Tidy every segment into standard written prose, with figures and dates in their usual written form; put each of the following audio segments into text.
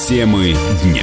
Темы дня.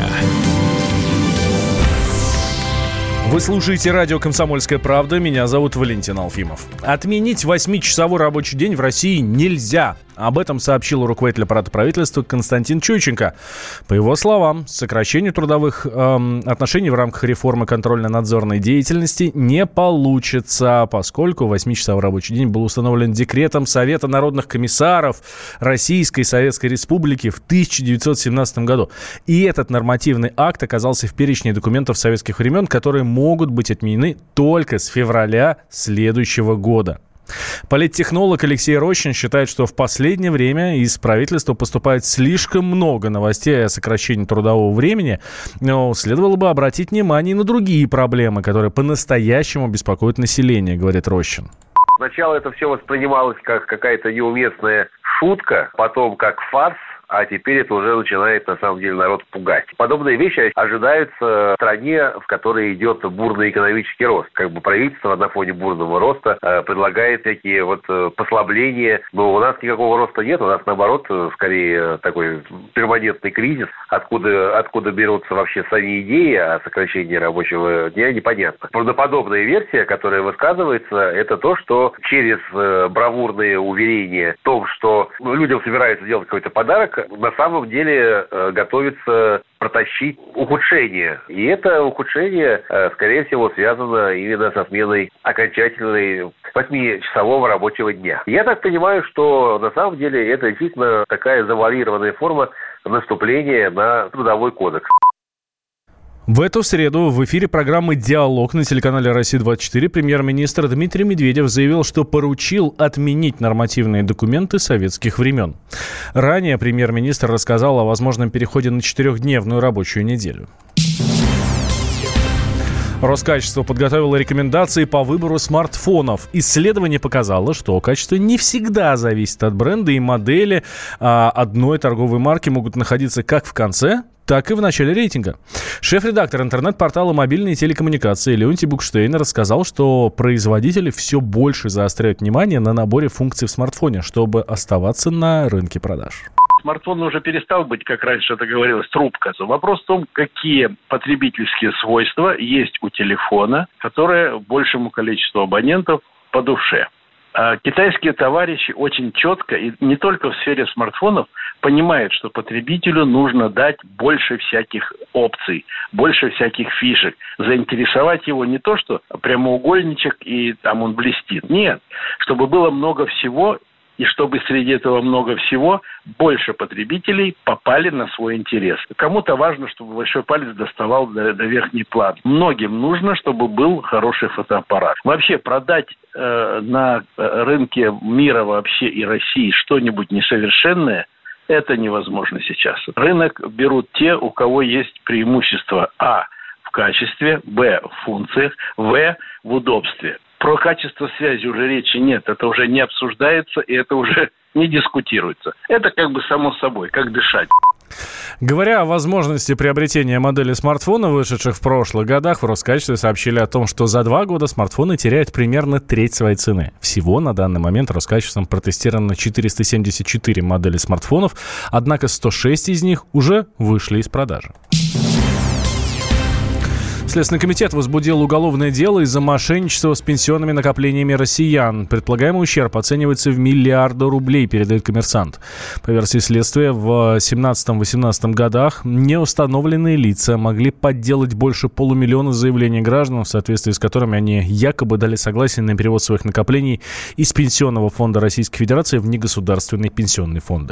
Вы слушаете радио «Комсомольская правда». Меня зовут Валентин Алфимов. Отменить 8-часовой рабочий день в России нельзя. Об этом сообщил руководитель аппарата правительства Константин Чученко. По его словам, сокращению трудовых отношений в рамках реформы контрольно-надзорной деятельности не получится, поскольку 8-часовой рабочий день был установлен декретом Совета народных комиссаров Российской Советской Республики в 1917 году. И этот нормативный акт оказался в перечне документов советских времен, которые могут быть отменены только с февраля следующего года. Политтехнолог Алексей Рощин считает, что в последнее время из правительства поступает слишком много новостей о сокращении трудового времени, но следовало бы обратить внимание на другие проблемы, которые по-настоящему беспокоят население, говорит Рощин. Сначала это все воспринималось как какая-то неуместная шутка, потом как фарс, а теперь это уже начинает, на самом деле, народ пугать. Подобные вещи ожидаются в стране, в которой идет бурный экономический рост. Как бы правительство на фоне бурного роста предлагает такие послабления. Но у нас никакого роста нет, у нас, наоборот, скорее такой перманентный кризис. Откуда берутся вообще сами идеи о сокращении рабочего дня, непонятно. Правдоподобная версия, которая высказывается, это то, что через бравурные уверения в том, что людям собираются делать какой-то подарок, на самом деле готовится протащить ухудшение. И это ухудшение, скорее всего, связано именно со сменой окончательной 8-часового рабочего дня. Я так понимаю, что на самом деле это действительно такая завуалированная форма наступления на трудовой кодекс. В эту среду в эфире программы «Диалог» на телеканале «Россия-24» премьер-министр Дмитрий Медведев заявил, что поручил отменить нормативные документы советских времен. Ранее премьер-министр рассказал о возможном переходе на 4-дневную рабочую неделю. Роскачество подготовило рекомендации по выбору смартфонов. Исследование показало, что качество не всегда зависит от бренда и модели. Одной торговой марки могут находиться как в конце, так и в начале рейтинга. Шеф-редактор интернет-портала «Мобильные телекоммуникации» Леонтий Букштейн рассказал, что производители все больше заостряют внимание на наборе функций в смартфоне, чтобы оставаться на рынке продаж. Смартфон уже перестал быть, как раньше это говорилось, трубка. Вопрос в том, какие потребительские свойства есть у телефона, которые большему количеству абонентов по душе. А китайские товарищи очень четко, и не только в сфере смартфонов, понимают, что потребителю нужно дать больше всяких опций, больше всяких фишек. Заинтересовать его не то, что прямоугольничек и там он блестит. Нет, чтобы было много всего. И чтобы среди этого много всего больше потребителей попали на свой интерес. Кому-то важно, чтобы большой палец доставал до верхней платы. Многим нужно, чтобы был хороший фотоаппарат. Вообще продать на рынке мира вообще и России что-нибудь несовершенное, это невозможно сейчас. Рынок берут те, у кого есть преимущество А в качестве, Б в функциях, В в удобстве. Про качество связи уже речи нет, это уже не обсуждается и это уже не дискутируется. Это как бы само собой, как дышать. Говоря о возможности приобретения модели смартфона, вышедших в прошлых годах, в Роскачестве сообщили о том, что за 2 года смартфоны теряют примерно треть своей цены. Всего на данный момент Роскачеством протестировано 474 модели смартфонов, однако 106 из них уже вышли из продажи. Следственный комитет возбудил уголовное дело из-за мошенничества с пенсионными накоплениями россиян. Предполагаемый ущерб оценивается в миллиарды рублей, передает «Коммерсант». По версии следствия, в 2017-2018 годах неустановленные лица могли подделать больше 500 000 заявлений граждан, в соответствии с которыми они якобы дали согласие на перевод своих накоплений из Пенсионного фонда Российской Федерации в негосударственные пенсионные фонды.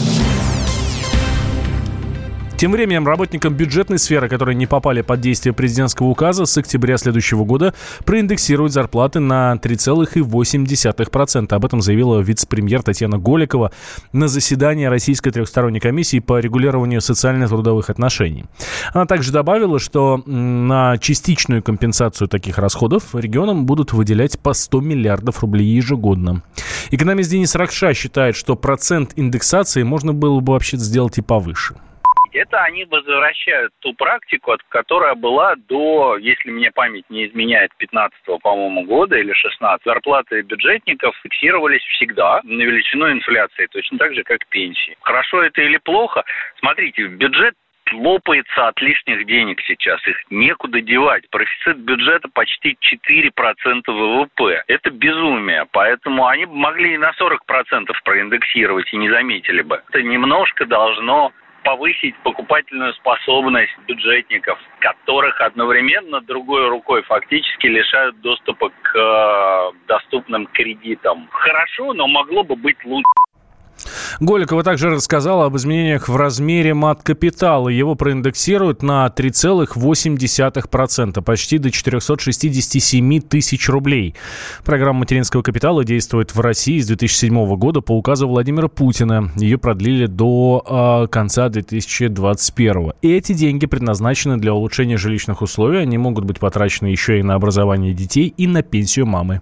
Тем временем работникам бюджетной сферы, которые не попали под действие президентского указа, с октября следующего года проиндексируют зарплаты на 3,8%. Об этом заявила вице-премьер Татьяна Голикова на заседании Российской трехсторонней комиссии по регулированию социально-трудовых отношений. Она также добавила, что на частичную компенсацию таких расходов регионам будут выделять по 100 миллиардов рублей ежегодно. Экономист Денис Ракша считает, что процент индексации можно было бы вообще сделать и повыше. Это они возвращают ту практику, которая была до, если мне память не изменяет, 15-го, по-моему, года или 16-го. Зарплаты бюджетников фиксировались всегда на величину инфляции, точно так же, как пенсии. Хорошо это или плохо? Смотрите, бюджет лопается от лишних денег сейчас. Их некуда девать. Профицит бюджета почти 4% ВВП. Это безумие. Поэтому они бы могли и на 40% проиндексировать и не заметили бы. Это немножко должно повысить покупательную способность бюджетников, которых одновременно другой рукой фактически лишают доступа к доступным кредитам. Хорошо, но могло бы быть лучше. Голикова также рассказала об изменениях в размере мат-капитала. Его проиндексируют на 3,8%, почти до 467 тысяч рублей. Программа материнского капитала действует в России с 2007 года по указу Владимира Путина. Ее продлили до конца 2021. И эти деньги предназначены для улучшения жилищных условий. Они могут быть потрачены еще и на образование детей, и на пенсию мамы.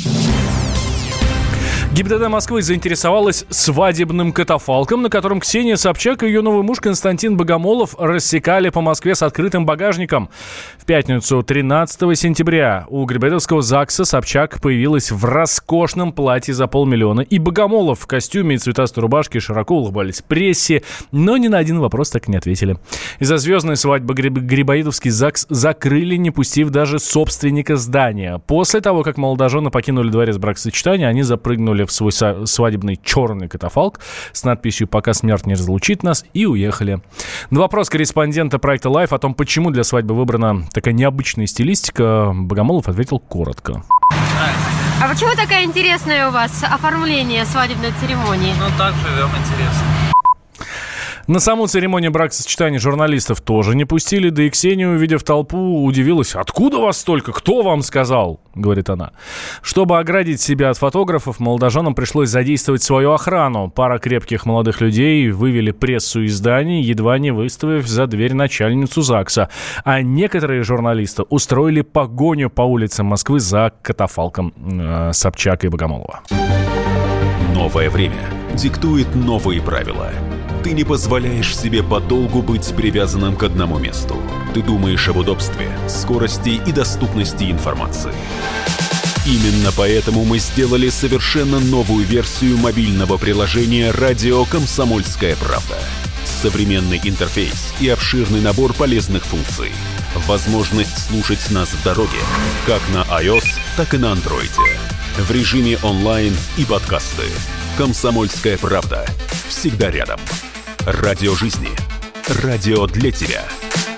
ГИБДД Москвы заинтересовалась свадебным катафалком, на котором Ксения Собчак и ее новый муж Константин Богомолов рассекали по Москве с открытым багажником. В пятницу 13 сентября у Грибоедовского ЗАГСа Собчак появилась в роскошном платье за 500 000, и Богомолов в костюме и цветастой рубашке широко улыбались прессе, но ни на один вопрос так и не ответили. Из-за звездной свадьбы Грибоедовский ЗАГС закрыли, не пустив даже собственника здания. После того, как молодожены покинули дворец бракосочетания, они запрыгнули в свой свадебный черный катафалк с надписью «Пока смерть не разлучит нас» и уехали. На вопрос корреспондента проекта Life о том, почему для свадьбы выбрана такая необычная стилистика, Богомолов ответил коротко. А почему такая интересная у вас оформление свадебной церемонии? Ну, так живем, интересно. На саму церемонию бракосочетания журналистов тоже не пустили, да и Ксения, увидев толпу, удивилась. «Откуда вас столько? Кто вам сказал?» — говорит она. Чтобы оградить себя от фотографов, молодоженам пришлось задействовать свою охрану. Пара крепких молодых людей вывели прессу из здания, едва не выставив за дверь начальницу ЗАГСа. А некоторые журналисты устроили погоню по улицам Москвы за катафалком Собчак и Богомолова. Новое время диктует новые правила. Ты не позволяешь себе подолгу быть привязанным к одному месту. Ты думаешь об удобстве, скорости и доступности информации. Именно поэтому мы сделали совершенно новую версию мобильного приложения «Радио Комсомольская правда». Современный интерфейс и обширный набор полезных функций. Возможность слушать нас в дороге, как на iOS, так и на Android. В режиме онлайн и подкасты. «Комсомольская правда». Всегда рядом. Радио жизни. Радио для тебя.